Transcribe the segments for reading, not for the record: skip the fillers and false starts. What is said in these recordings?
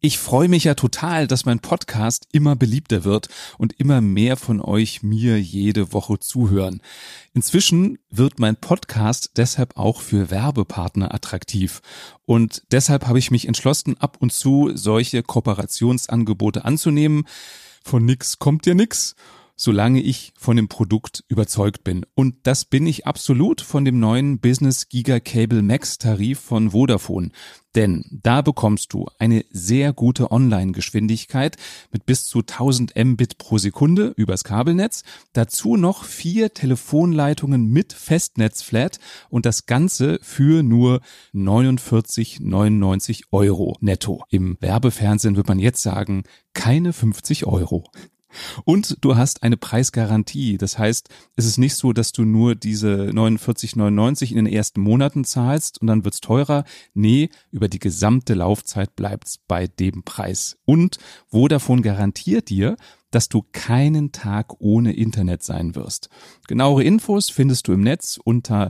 Ich freue mich ja total, dass mein Podcast immer beliebter wird und immer mehr von euch mir jede Woche zuhören. Inzwischen wird mein Podcast deshalb auch für Werbepartner attraktiv. Und deshalb habe ich mich entschlossen, ab und zu solche Kooperationsangebote anzunehmen. Von nix kommt ja nix, solange ich von dem Produkt überzeugt bin. Und das bin ich absolut von dem neuen Business Giga Cable Max Tarif von Vodafone. Denn da bekommst du eine sehr gute Online-Geschwindigkeit mit bis zu 1000 Mbit pro Sekunde übers Kabelnetz. Dazu noch 4 Telefonleitungen mit Festnetzflat und das Ganze für nur 49,99 € netto. Im Werbefernsehen wird man jetzt sagen, keine 50 €. Und du hast eine Preisgarantie. Das heißt, es ist nicht so, dass du nur diese 49,99 € in den ersten Monaten zahlst und dann wird's teurer. Nee, über die gesamte Laufzeit bleibt's bei dem Preis. Und Vodafone garantiert dir, dass du keinen Tag ohne Internet sein wirst. Genauere Infos findest du im Netz unter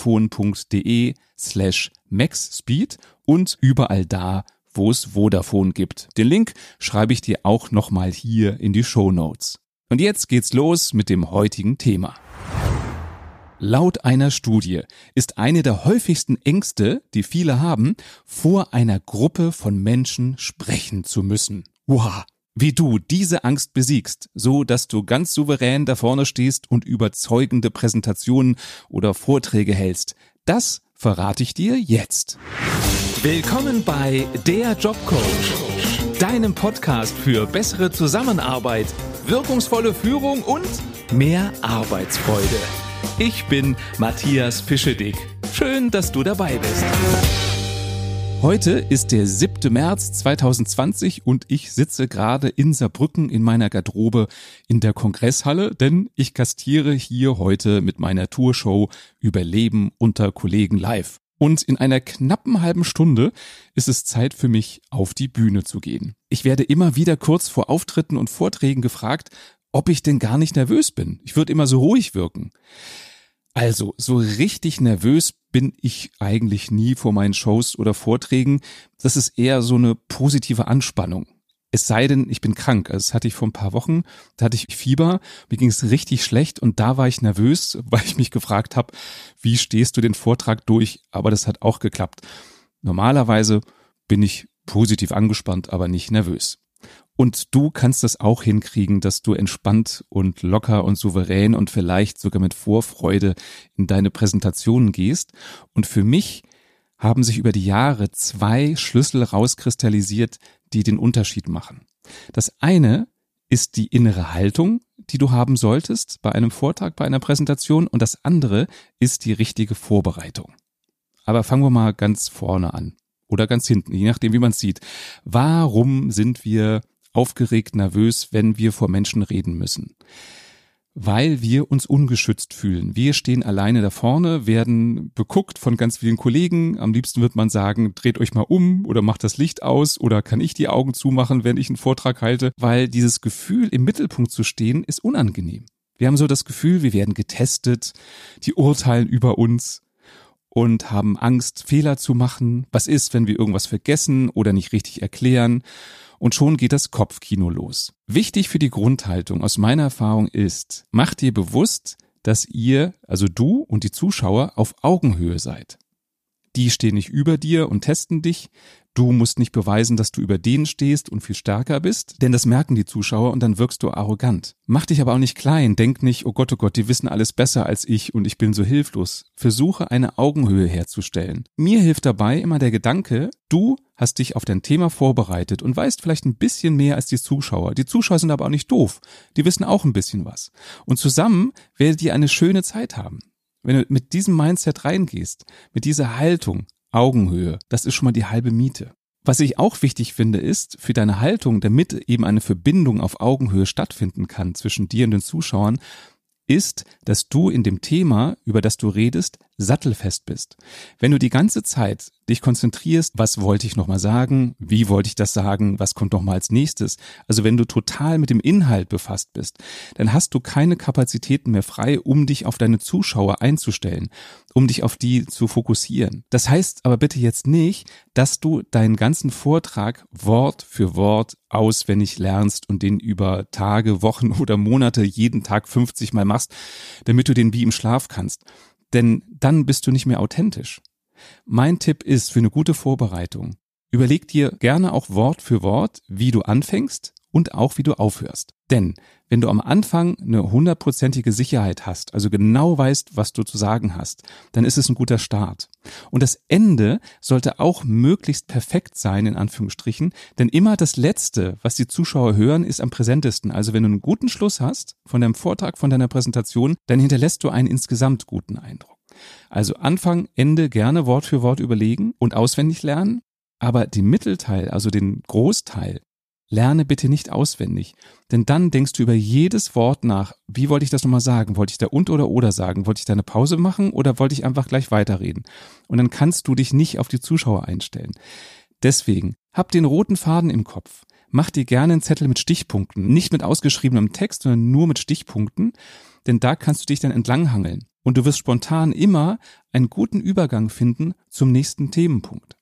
vodafone.de/maxspeed und überall da, wo es Vodafone gibt. Den Link schreibe ich dir auch nochmal hier in die Shownotes. Und jetzt geht's los mit dem heutigen Thema. Laut einer Studie ist eine der häufigsten Ängste, die viele haben, vor einer Gruppe von Menschen sprechen zu müssen. Wow! Wie du diese Angst besiegst, so dass du ganz souverän da vorne stehst und überzeugende Präsentationen oder Vorträge hältst, das verrate ich dir jetzt. Willkommen bei Der Jobcoach, deinem Podcast für bessere Zusammenarbeit, wirkungsvolle Führung und mehr Arbeitsfreude. Ich bin Matthias Pischedick. Schön, dass du dabei bist. Heute ist der 7. März 2020 und ich sitze gerade in Saarbrücken in meiner Garderobe in der Kongresshalle, denn ich gastiere hier heute mit meiner Tourshow Überleben unter Kollegen live. Und in einer knappen halben Stunde ist es Zeit für mich, auf die Bühne zu gehen. Ich werde immer wieder kurz vor Auftritten und Vorträgen gefragt, ob ich denn gar nicht nervös bin. Ich würde immer so ruhig wirken. Also, so richtig nervös bin ich eigentlich nie vor meinen Shows oder Vorträgen. Das ist eher so eine positive Anspannung. Es sei denn, ich bin krank. Also das hatte ich vor ein paar Wochen, da hatte ich Fieber, mir ging es richtig schlecht und da war ich nervös, weil ich mich gefragt habe, wie stehst du den Vortrag durch? Aber das hat auch geklappt. Normalerweise bin ich positiv angespannt, aber nicht nervös. Und du kannst das auch hinkriegen, dass du entspannt und locker und souverän und vielleicht sogar mit Vorfreude in deine Präsentationen gehst. Und für mich haben sich über die Jahre 2 Schlüssel rauskristallisiert, die den Unterschied machen. Das eine ist die innere Haltung, die du haben solltest bei einem Vortrag, bei einer Präsentation, und das andere ist die richtige Vorbereitung. Aber fangen wir mal ganz vorne an oder ganz hinten, je nachdem, wie man es sieht. Warum sind wir aufgeregt, nervös, wenn wir vor Menschen reden müssen? Weil wir uns ungeschützt fühlen. Wir stehen alleine da vorne, werden beguckt von ganz vielen Kollegen. Am liebsten wird man sagen, dreht euch mal um oder macht das Licht aus oder kann ich die Augen zumachen, wenn ich einen Vortrag halte, weil dieses Gefühl, im Mittelpunkt zu stehen, ist unangenehm. Wir haben so das Gefühl, wir werden getestet, die urteilen über uns und haben Angst, Fehler zu machen. Was ist, wenn wir irgendwas vergessen oder nicht richtig erklären? Und schon geht das Kopfkino los. Wichtig für die Grundhaltung aus meiner Erfahrung ist, mach dir bewusst, dass ihr, also du und die Zuschauer, auf Augenhöhe seid. Die stehen nicht über dir und testen dich. Du musst nicht beweisen, dass du über denen stehst und viel stärker bist, denn das merken die Zuschauer und dann wirkst du arrogant. Mach dich aber auch nicht klein, denk nicht, oh Gott, die wissen alles besser als ich und ich bin so hilflos. Versuche eine Augenhöhe herzustellen. Mir hilft dabei immer der Gedanke, du hast dich auf dein Thema vorbereitet und weißt vielleicht ein bisschen mehr als die Zuschauer. Die Zuschauer sind aber auch nicht doof, die wissen auch ein bisschen was. Und zusammen werdet ihr eine schöne Zeit haben. Wenn du mit diesem Mindset reingehst, mit dieser Haltung, Augenhöhe, das ist schon mal die halbe Miete. Was ich auch wichtig finde, ist für deine Haltung, damit eben eine Verbindung auf Augenhöhe stattfinden kann zwischen dir und den Zuschauern, ist, dass du in dem Thema, über das du redest, sattelfest bist. Wenn du die ganze Zeit dich konzentrierst, was wollte ich nochmal sagen, wie wollte ich das sagen, was kommt nochmal als nächstes, also wenn du total mit dem Inhalt befasst bist, dann hast du keine Kapazitäten mehr frei, um dich auf deine Zuschauer einzustellen, um dich auf die zu fokussieren. Das heißt aber bitte jetzt nicht, dass du deinen ganzen Vortrag Wort für Wort auswendig lernst und den über Tage, Wochen oder Monate jeden Tag 50 Mal machst, damit du den wie im Schlaf kannst. Denn dann bist du nicht mehr authentisch. Mein Tipp ist für eine gute Vorbereitung: Überleg dir gerne auch Wort für Wort, wie du anfängst und auch wie du aufhörst. Denn wenn du am Anfang eine 100%ige Sicherheit hast, also genau weißt, was du zu sagen hast, dann ist es ein guter Start. Und das Ende sollte auch möglichst perfekt sein, in Anführungsstrichen, denn immer das Letzte, was die Zuschauer hören, ist am präsentesten. Also wenn du einen guten Schluss hast von deinem Vortrag, von deiner Präsentation, dann hinterlässt du einen insgesamt guten Eindruck. Also Anfang, Ende gerne Wort für Wort überlegen und auswendig lernen, aber den Mittelteil, also den Großteil, lerne bitte nicht auswendig, denn dann denkst du über jedes Wort nach. Wie wollte ich das nochmal sagen? Wollte ich da und oder sagen? Wollte ich da eine Pause machen oder wollte ich einfach gleich weiterreden? Und dann kannst du dich nicht auf die Zuschauer einstellen. Deswegen, hab den roten Faden im Kopf. Mach dir gerne einen Zettel mit Stichpunkten, nicht mit ausgeschriebenem Text, sondern nur mit Stichpunkten, denn da kannst du dich dann entlanghangeln. Und du wirst spontan immer einen guten Übergang finden zum nächsten Themenpunkt.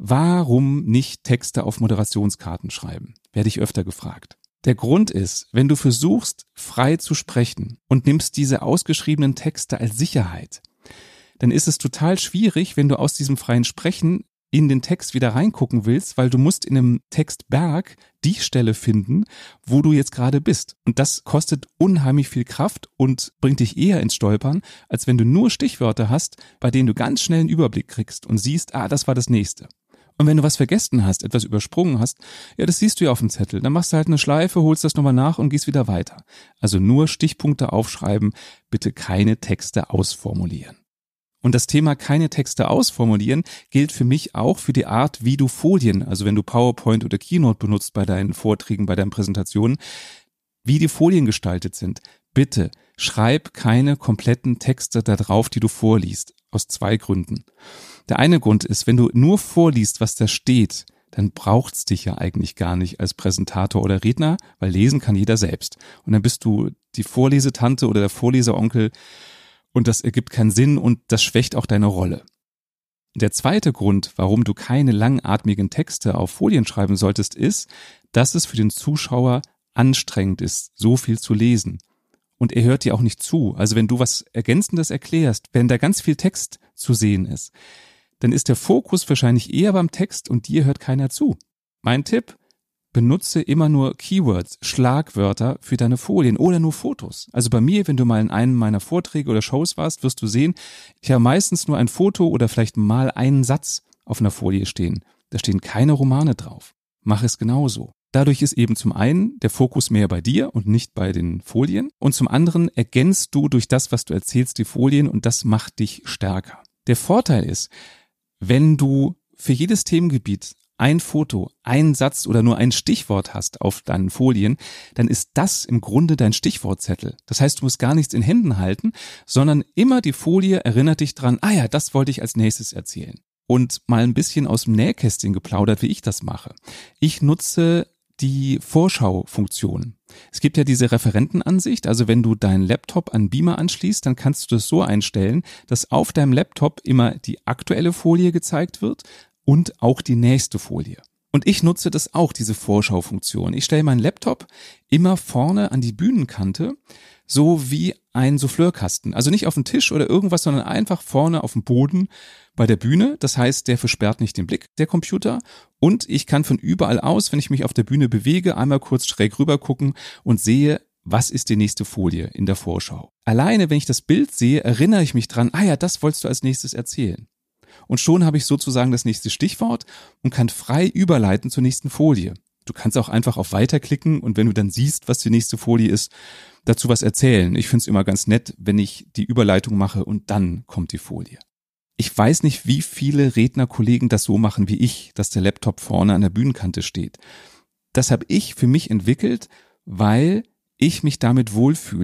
Warum nicht Texte auf Moderationskarten schreiben? Werde ich öfter gefragt. Der Grund ist, wenn du versuchst, frei zu sprechen und nimmst diese ausgeschriebenen Texte als Sicherheit, dann ist es total schwierig, wenn du aus diesem freien Sprechen in den Text wieder reingucken willst, weil du musst in einem Textberg die Stelle finden, wo du jetzt gerade bist. Und das kostet unheimlich viel Kraft und bringt dich eher ins Stolpern, als wenn du nur Stichwörter hast, bei denen du ganz schnell einen Überblick kriegst und siehst, das war das nächste. Und wenn du was vergessen hast, etwas übersprungen hast, ja, das siehst du ja auf dem Zettel. Dann machst du halt eine Schleife, holst das nochmal nach und gehst wieder weiter. Also nur Stichpunkte aufschreiben, bitte keine Texte ausformulieren. Und das Thema keine Texte ausformulieren gilt für mich auch für die Art, wie du Folien, also wenn du PowerPoint oder Keynote benutzt bei deinen Vorträgen, bei deinen Präsentationen, wie die Folien gestaltet sind. Bitte schreib keine kompletten Texte da drauf, die du vorliest. Aus 2 Gründen. Der eine Grund ist, wenn du nur vorliest, was da steht, dann braucht's dich ja eigentlich gar nicht als Präsentator oder Redner, weil lesen kann jeder selbst. Und dann bist du die Vorlesetante oder der Vorleseronkel und das ergibt keinen Sinn und das schwächt auch deine Rolle. Der zweite Grund, warum du keine langatmigen Texte auf Folien schreiben solltest, ist, dass es für den Zuschauer anstrengend ist, so viel zu lesen. Und er hört dir auch nicht zu. Also wenn du was Ergänzendes erklärst, wenn da ganz viel Text zu sehen ist, dann ist der Fokus wahrscheinlich eher beim Text und dir hört keiner zu. Mein Tipp: Benutze immer nur Keywords, Schlagwörter für deine Folien oder nur Fotos. Also bei mir, wenn du mal in einem meiner Vorträge oder Shows warst, wirst du sehen, ich habe meistens nur ein Foto oder vielleicht mal einen Satz auf einer Folie stehen. Da stehen keine Romane drauf. Mach es genauso. Dadurch ist eben zum einen der Fokus mehr bei dir und nicht bei den Folien und zum anderen ergänzt du durch das, was du erzählst, die Folien und das macht dich stärker. Der Vorteil ist, wenn du für jedes Themengebiet ein Foto, einen Satz oder nur ein Stichwort hast auf deinen Folien, dann ist das im Grunde dein Stichwortzettel. Das heißt, du musst gar nichts in Händen halten, sondern immer die Folie erinnert dich dran, ja, das wollte ich als nächstes erzählen. Und mal ein bisschen aus dem Nähkästchen geplaudert, wie ich das mache. Ich nutze die Vorschau-Funktion. Es gibt ja diese Referentenansicht, also wenn du deinen Laptop an Beamer anschließt, dann kannst du das so einstellen, dass auf deinem Laptop immer die aktuelle Folie gezeigt wird und auch die nächste Folie. Und ich nutze das auch, diese Vorschau-Funktion. Ich stelle meinen Laptop immer vorne an die Bühnenkante, so wie ein Souffleurkasten. Also nicht auf den Tisch oder irgendwas, sondern einfach vorne auf dem Boden bei der Bühne. Das heißt, der versperrt nicht den Blick, der Computer. Und ich kann von überall aus, wenn ich mich auf der Bühne bewege, einmal kurz schräg rüber gucken und sehe, was ist die nächste Folie in der Vorschau. Alleine, wenn ich das Bild sehe, erinnere ich mich dran, ja, das wolltest du als nächstes erzählen. Und schon habe ich sozusagen das nächste Stichwort und kann frei überleiten zur nächsten Folie. Du kannst auch einfach auf Weiter klicken und wenn du dann siehst, was die nächste Folie ist, dazu was erzählen. Ich finde es immer ganz nett, wenn ich die Überleitung mache und dann kommt die Folie. Ich weiß nicht, wie viele Rednerkollegen das so machen wie ich, dass der Laptop vorne an der Bühnenkante steht. Das habe ich für mich entwickelt, weil ich mich damit wohlfühle.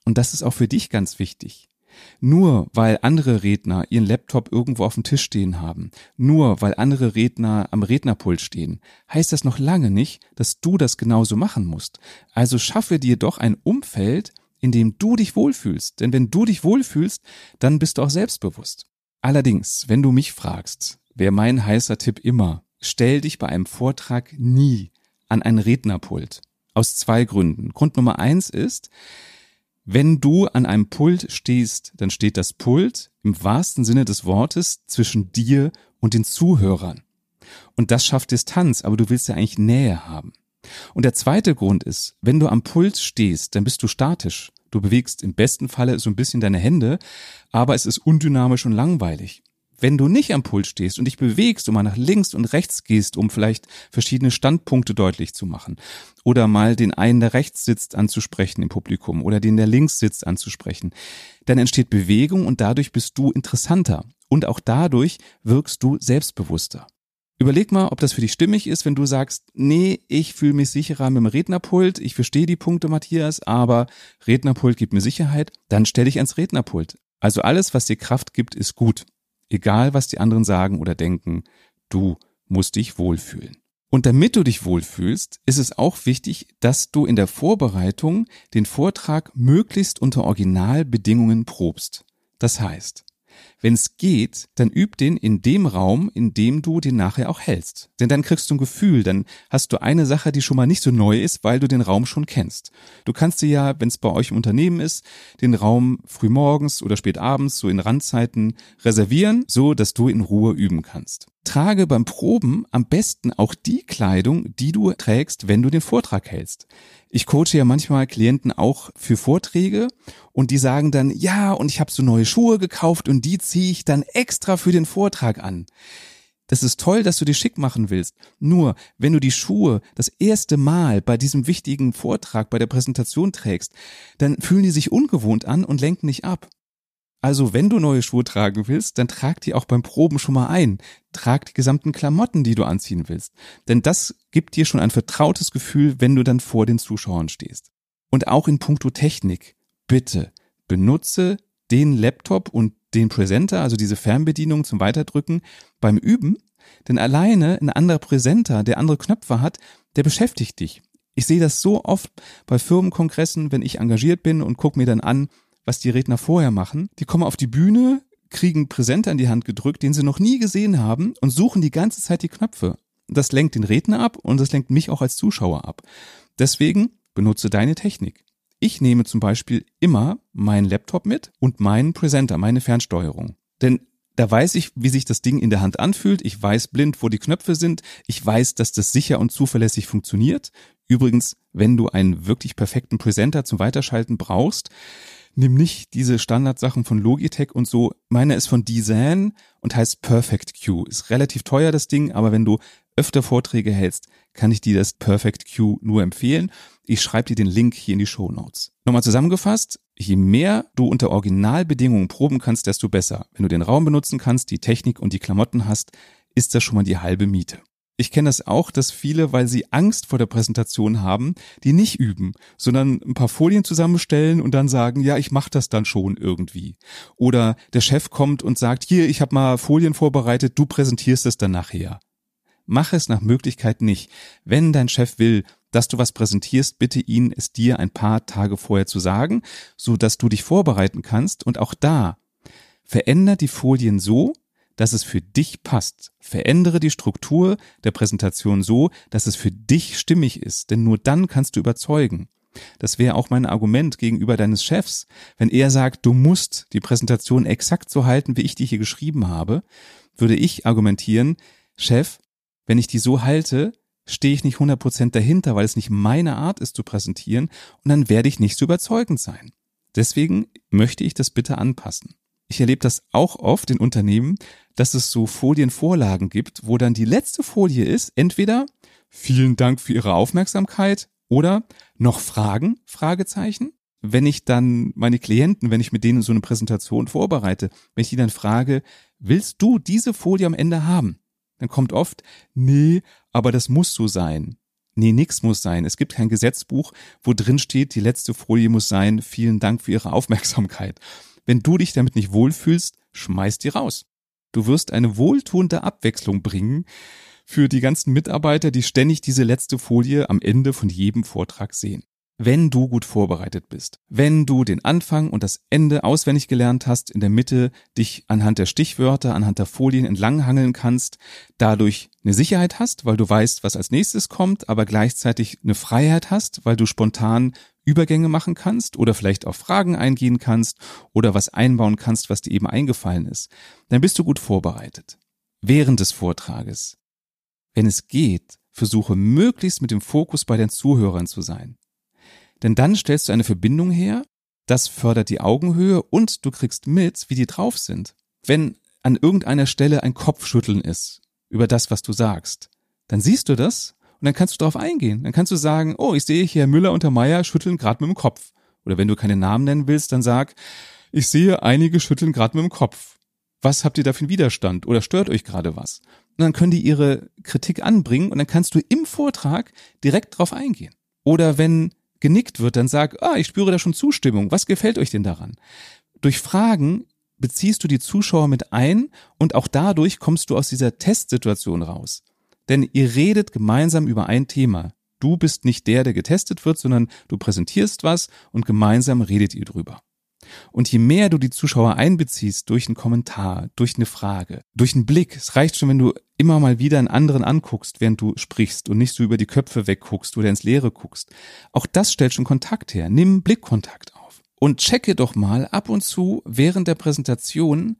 Und das ist auch für dich ganz wichtig. Nur weil andere Redner ihren Laptop irgendwo auf dem Tisch stehen haben, nur weil andere Redner am Rednerpult stehen, heißt das noch lange nicht, dass du das genauso machen musst. Also schaffe dir doch ein Umfeld, in dem du dich wohlfühlst. Denn wenn du dich wohlfühlst, dann bist du auch selbstbewusst. Allerdings, wenn du mich fragst, wäre mein heißer Tipp immer, stell dich bei einem Vortrag nie an ein Rednerpult. Aus 2 Gründen. Grund Nummer 1 ist, wenn du an einem Pult stehst, dann steht das Pult im wahrsten Sinne des Wortes zwischen dir und den Zuhörern. Und das schafft Distanz, aber du willst ja eigentlich Nähe haben. Und der zweite Grund ist, wenn du am Pult stehst, dann bist du statisch. Du bewegst im besten Falle so ein bisschen deine Hände, aber es ist undynamisch und langweilig. Wenn du nicht am Pult stehst und dich bewegst und mal nach links und rechts gehst, um vielleicht verschiedene Standpunkte deutlich zu machen oder mal den einen, der rechts sitzt, anzusprechen im Publikum oder den, der links sitzt, anzusprechen, dann entsteht Bewegung und dadurch bist du interessanter und auch dadurch wirkst du selbstbewusster. Überleg mal, ob das für dich stimmig ist, wenn du sagst, nee, ich fühle mich sicherer mit dem Rednerpult, ich verstehe die Punkte, Matthias, aber Rednerpult gibt mir Sicherheit, dann stell dich ans Rednerpult. Also alles, was dir Kraft gibt, ist gut. Egal, was die anderen sagen oder denken, du musst dich wohlfühlen. Und damit du dich wohlfühlst, ist es auch wichtig, dass du in der Vorbereitung den Vortrag möglichst unter Originalbedingungen probst. Das heißt, wenn es geht, dann üb den in dem Raum, in dem du den nachher auch hältst. Denn dann kriegst du ein Gefühl, dann hast du eine Sache, die schon mal nicht so neu ist, weil du den Raum schon kennst. Du kannst dir ja, wenn es bei euch im Unternehmen ist, den Raum frühmorgens oder spät abends, so in Randzeiten reservieren, so dass du in Ruhe üben kannst. Trage beim Proben am besten auch die Kleidung, die du trägst, wenn du den Vortrag hältst. Ich coache ja manchmal Klienten auch für Vorträge und die sagen dann, ja, und ich habe so neue Schuhe gekauft und die ziehe ich dann extra für den Vortrag an. Das ist toll, dass du dich schick machen willst. Nur, wenn du die Schuhe das erste Mal bei diesem wichtigen Vortrag, bei der Präsentation trägst, dann fühlen die sich ungewohnt an und lenken nicht ab. Also wenn du neue Schuhe tragen willst, dann trag die auch beim Proben schon mal ein. Trag die gesamten Klamotten, die du anziehen willst. Denn das gibt dir schon ein vertrautes Gefühl, wenn du dann vor den Zuschauern stehst. Und auch in puncto Technik, bitte benutze den Laptop und den Presenter, also diese Fernbedienung zum Weiterdrücken beim Üben. Denn alleine ein anderer Präsenter, der andere Knöpfe hat, der beschäftigt dich. Ich sehe das so oft bei Firmenkongressen, wenn ich engagiert bin und gucke mir dann an, was die Redner vorher machen. Die kommen auf die Bühne, kriegen einen Präsenter in die Hand gedrückt, den sie noch nie gesehen haben und suchen die ganze Zeit die Knöpfe. Das lenkt den Redner ab und das lenkt mich auch als Zuschauer ab. Deswegen benutze deine Technik. Ich nehme zum Beispiel immer meinen Laptop mit und meinen Präsenter, meine Fernsteuerung. Denn da weiß ich, wie sich das Ding in der Hand anfühlt. Ich weiß blind, wo die Knöpfe sind. Ich weiß, dass das sicher und zuverlässig funktioniert. Übrigens, wenn du einen wirklich perfekten Präsenter zum Weiterschalten brauchst, nimm nicht diese Standardsachen von Logitech und so. Meine ist von Design und heißt Perfect Q. Ist relativ teuer, das Ding, aber wenn du öfter Vorträge hältst, kann ich dir das Perfect Q nur empfehlen. Ich schreibe dir den Link hier in die Shownotes. Nochmal zusammengefasst, je mehr du unter Originalbedingungen proben kannst, desto besser. Wenn du den Raum benutzen kannst, die Technik und die Klamotten hast, ist das schon mal die halbe Miete. Ich kenne das auch, dass viele, weil sie Angst vor der Präsentation haben, die nicht üben, sondern ein paar Folien zusammenstellen und dann sagen, ja, ich mache das dann schon irgendwie. Oder der Chef kommt und sagt, hier, ich habe mal Folien vorbereitet, du präsentierst es dann nachher. Mach es nach Möglichkeit nicht. Wenn dein Chef will, dass du was präsentierst, bitte ihn, es dir ein paar Tage vorher zu sagen, so dass du dich vorbereiten kannst. Und auch da, veränder die Folien so, dass es für dich passt. Verändere die Struktur der Präsentation so, dass es für dich stimmig ist, denn nur dann kannst du überzeugen. Das wäre auch mein Argument gegenüber deines Chefs. Wenn er sagt, du musst die Präsentation exakt so halten, wie ich die hier geschrieben habe, würde ich argumentieren, Chef, wenn ich die so halte, stehe ich nicht 100% dahinter, weil es nicht meine Art ist zu präsentieren und dann werde ich nicht so überzeugend sein. Deswegen möchte ich das bitte anpassen. Ich erlebe das auch oft in Unternehmen, dass es so Folienvorlagen gibt, wo dann die letzte Folie ist, entweder vielen Dank für Ihre Aufmerksamkeit oder noch Fragen, Fragezeichen. Wenn ich dann meine Klienten, wenn ich mit denen so eine Präsentation vorbereite, wenn ich die dann frage, willst du diese Folie am Ende haben? Dann kommt oft, nee, aber das muss so sein. Nee, nix muss sein. Es gibt kein Gesetzbuch, wo drin steht, die letzte Folie muss sein, vielen Dank für Ihre Aufmerksamkeit. Wenn du dich damit nicht wohlfühlst, schmeiß die raus. Du wirst eine wohltuende Abwechslung bringen für die ganzen Mitarbeiter, die ständig diese letzte Folie am Ende von jedem Vortrag sehen. Wenn du gut vorbereitet bist, wenn du den Anfang und das Ende auswendig gelernt hast, in der Mitte dich anhand der Stichwörter, anhand der Folien entlanghangeln kannst, dadurch eine Sicherheit hast, weil du weißt, was als nächstes kommt, aber gleichzeitig eine Freiheit hast, weil du spontan Übergänge machen kannst oder vielleicht auf Fragen eingehen kannst oder was einbauen kannst, was dir eben eingefallen ist, dann bist du gut vorbereitet. Während des Vortrages, wenn es geht, versuche möglichst mit dem Fokus bei den Zuhörern zu sein. Denn dann stellst du eine Verbindung her, das fördert die Augenhöhe und du kriegst mit, wie die drauf sind. Wenn an irgendeiner Stelle ein Kopfschütteln ist über das, was du sagst, dann siehst du das und dann kannst du darauf eingehen. Dann kannst du sagen, oh, ich sehe hier Herr Müller und Herr Meier schütteln gerade mit dem Kopf. Oder wenn du keine Namen nennen willst, dann sag, ich sehe einige schütteln gerade mit dem Kopf. Was habt ihr da für einen Widerstand oder stört euch gerade was? Und dann können die ihre Kritik anbringen und dann kannst du im Vortrag direkt drauf eingehen. Oder wenn genickt wird, dann sag, ich spüre da schon Zustimmung. Was gefällt euch denn daran? Durch Fragen beziehst du die Zuschauer mit ein und auch dadurch kommst du aus dieser Testsituation raus. Denn ihr redet gemeinsam über ein Thema. Du bist nicht der getestet wird, sondern du präsentierst was und gemeinsam redet ihr drüber. Und je mehr du die Zuschauer einbeziehst durch einen Kommentar, durch eine Frage, durch einen Blick, es reicht schon, wenn du immer mal wieder einen anderen anguckst, während du sprichst und nicht so über die Köpfe wegguckst oder ins Leere guckst. Auch das stellt schon Kontakt her. Nimm Blickkontakt auf und checke doch mal ab und zu während der Präsentation,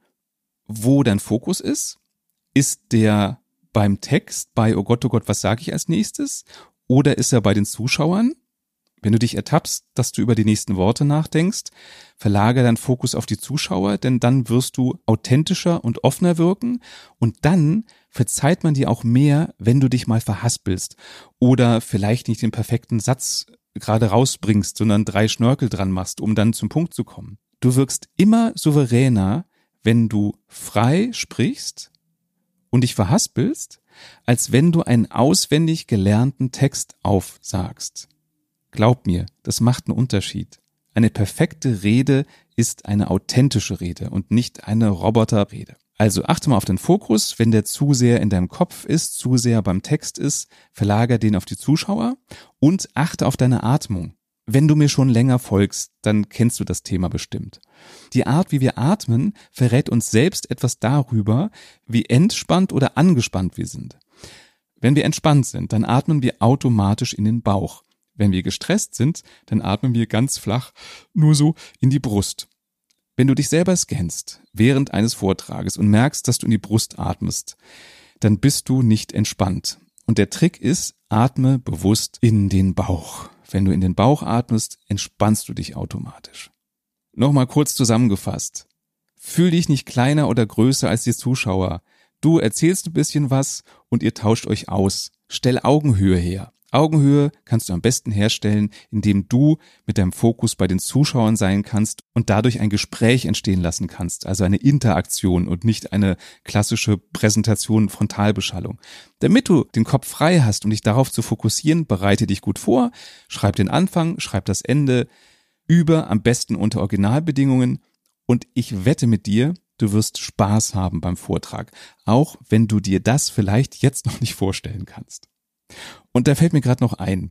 wo dein Fokus ist. Ist der beim Text, bei oh Gott, was sage ich als nächstes? Oder ist er bei den Zuschauern? Wenn du dich ertappst, dass du über die nächsten Worte nachdenkst, verlagere deinen Fokus auf die Zuschauer, denn dann wirst du authentischer und offener wirken und dann verzeiht man dir auch mehr, wenn du dich mal verhaspelst oder vielleicht nicht den perfekten Satz gerade rausbringst, sondern 3 Schnörkel dran machst, um dann zum Punkt zu kommen. Du wirkst immer souveräner, wenn du frei sprichst und dich verhaspelst, als wenn du einen auswendig gelernten Text aufsagst. Glaub mir, das macht einen Unterschied. Eine perfekte Rede ist eine authentische Rede und nicht eine Roboterrede. Also achte mal auf den Fokus, wenn der zu sehr in deinem Kopf ist, zu sehr beim Text ist, verlagere den auf die Zuschauer und achte auf deine Atmung. Wenn du mir schon länger folgst, dann kennst du das Thema bestimmt. Die Art, wie wir atmen, verrät uns selbst etwas darüber, wie entspannt oder angespannt wir sind. Wenn wir entspannt sind, dann atmen wir automatisch in den Bauch. Wenn wir gestresst sind, dann atmen wir ganz flach nur so in die Brust. Wenn du dich selber scannst während eines Vortrages und merkst, dass du in die Brust atmest, dann bist du nicht entspannt. Und der Trick ist, atme bewusst in den Bauch. Wenn du in den Bauch atmest, entspannst du dich automatisch. Nochmal kurz zusammengefasst. Fühl dich nicht kleiner oder größer als die Zuschauer. Du erzählst ein bisschen was und ihr tauscht euch aus. Stell Augenhöhe her. Augenhöhe kannst du am besten herstellen, indem du mit deinem Fokus bei den Zuschauern sein kannst und dadurch ein Gespräch entstehen lassen kannst, also eine Interaktion und nicht eine klassische Präsentation Frontalbeschallung. Damit du den Kopf frei hast, um dich darauf zu fokussieren, bereite dich gut vor, schreib den Anfang, schreib das Ende, übe am besten unter Originalbedingungen und ich wette mit dir, du wirst Spaß haben beim Vortrag, auch wenn du dir das vielleicht jetzt noch nicht vorstellen kannst. Und da fällt mir gerade noch ein,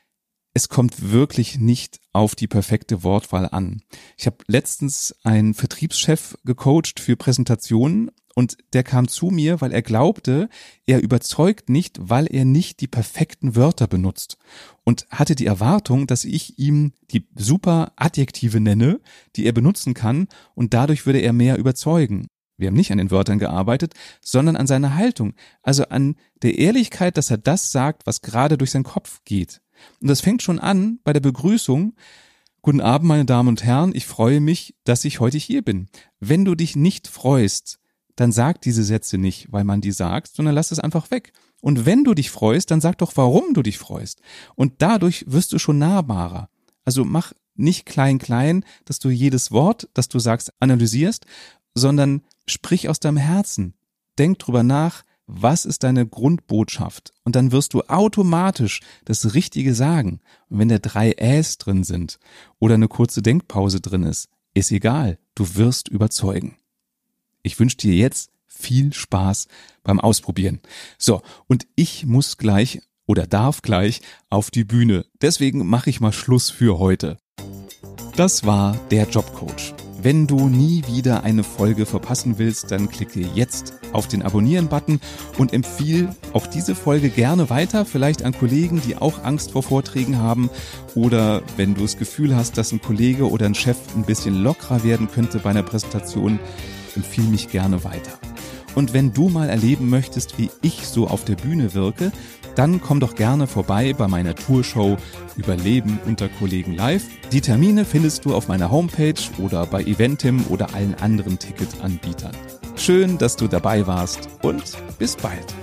es kommt wirklich nicht auf die perfekte Wortwahl an. Ich habe letztens einen Vertriebschef gecoacht für Präsentationen und der kam zu mir, weil er glaubte, er überzeugt nicht, weil er nicht die perfekten Wörter benutzt und hatte die Erwartung, dass ich ihm die super Adjektive nenne, die er benutzen kann und dadurch würde er mehr überzeugen. Wir haben nicht an den Wörtern gearbeitet, sondern an seiner Haltung, also an der Ehrlichkeit, dass er das sagt, was gerade durch seinen Kopf geht. Und das fängt schon an bei der Begrüßung. Guten Abend, meine Damen und Herren, ich freue mich, dass ich heute hier bin. Wenn du dich nicht freust, dann sag diese Sätze nicht, weil man die sagt, sondern lass es einfach weg. Und wenn du dich freust, dann sag doch, warum du dich freust. Und dadurch wirst du schon nahbarer. Also mach nicht klein, dass du jedes Wort, das du sagst, analysierst, sondern sprich aus deinem Herzen. Denk drüber nach, Was ist deine Grundbotschaft? Und dann wirst du automatisch das Richtige sagen. Und wenn da 3 Äs drin sind oder eine kurze Denkpause drin ist egal. Du wirst überzeugen. Ich wünsche dir jetzt viel Spaß beim Ausprobieren. So, und ich muss gleich oder darf gleich auf die Bühne. Deswegen mache ich mal Schluss für heute. Das war der Jobcoach. Wenn du nie wieder eine Folge verpassen willst, dann klicke jetzt auf den Abonnieren-Button und empfiehl auch diese Folge gerne weiter, vielleicht an Kollegen, die auch Angst vor Vorträgen haben, oder wenn du das Gefühl hast, dass ein Kollege oder ein Chef ein bisschen lockerer werden könnte bei einer Präsentation, empfiehl mich gerne weiter. Und wenn du mal erleben möchtest, wie ich so auf der Bühne wirke, dann komm doch gerne vorbei bei meiner Tourshow Überleben unter Kollegen live. Die Termine findest du auf meiner Homepage oder bei Eventim oder allen anderen Ticketanbietern. Schön, dass du dabei warst und bis bald.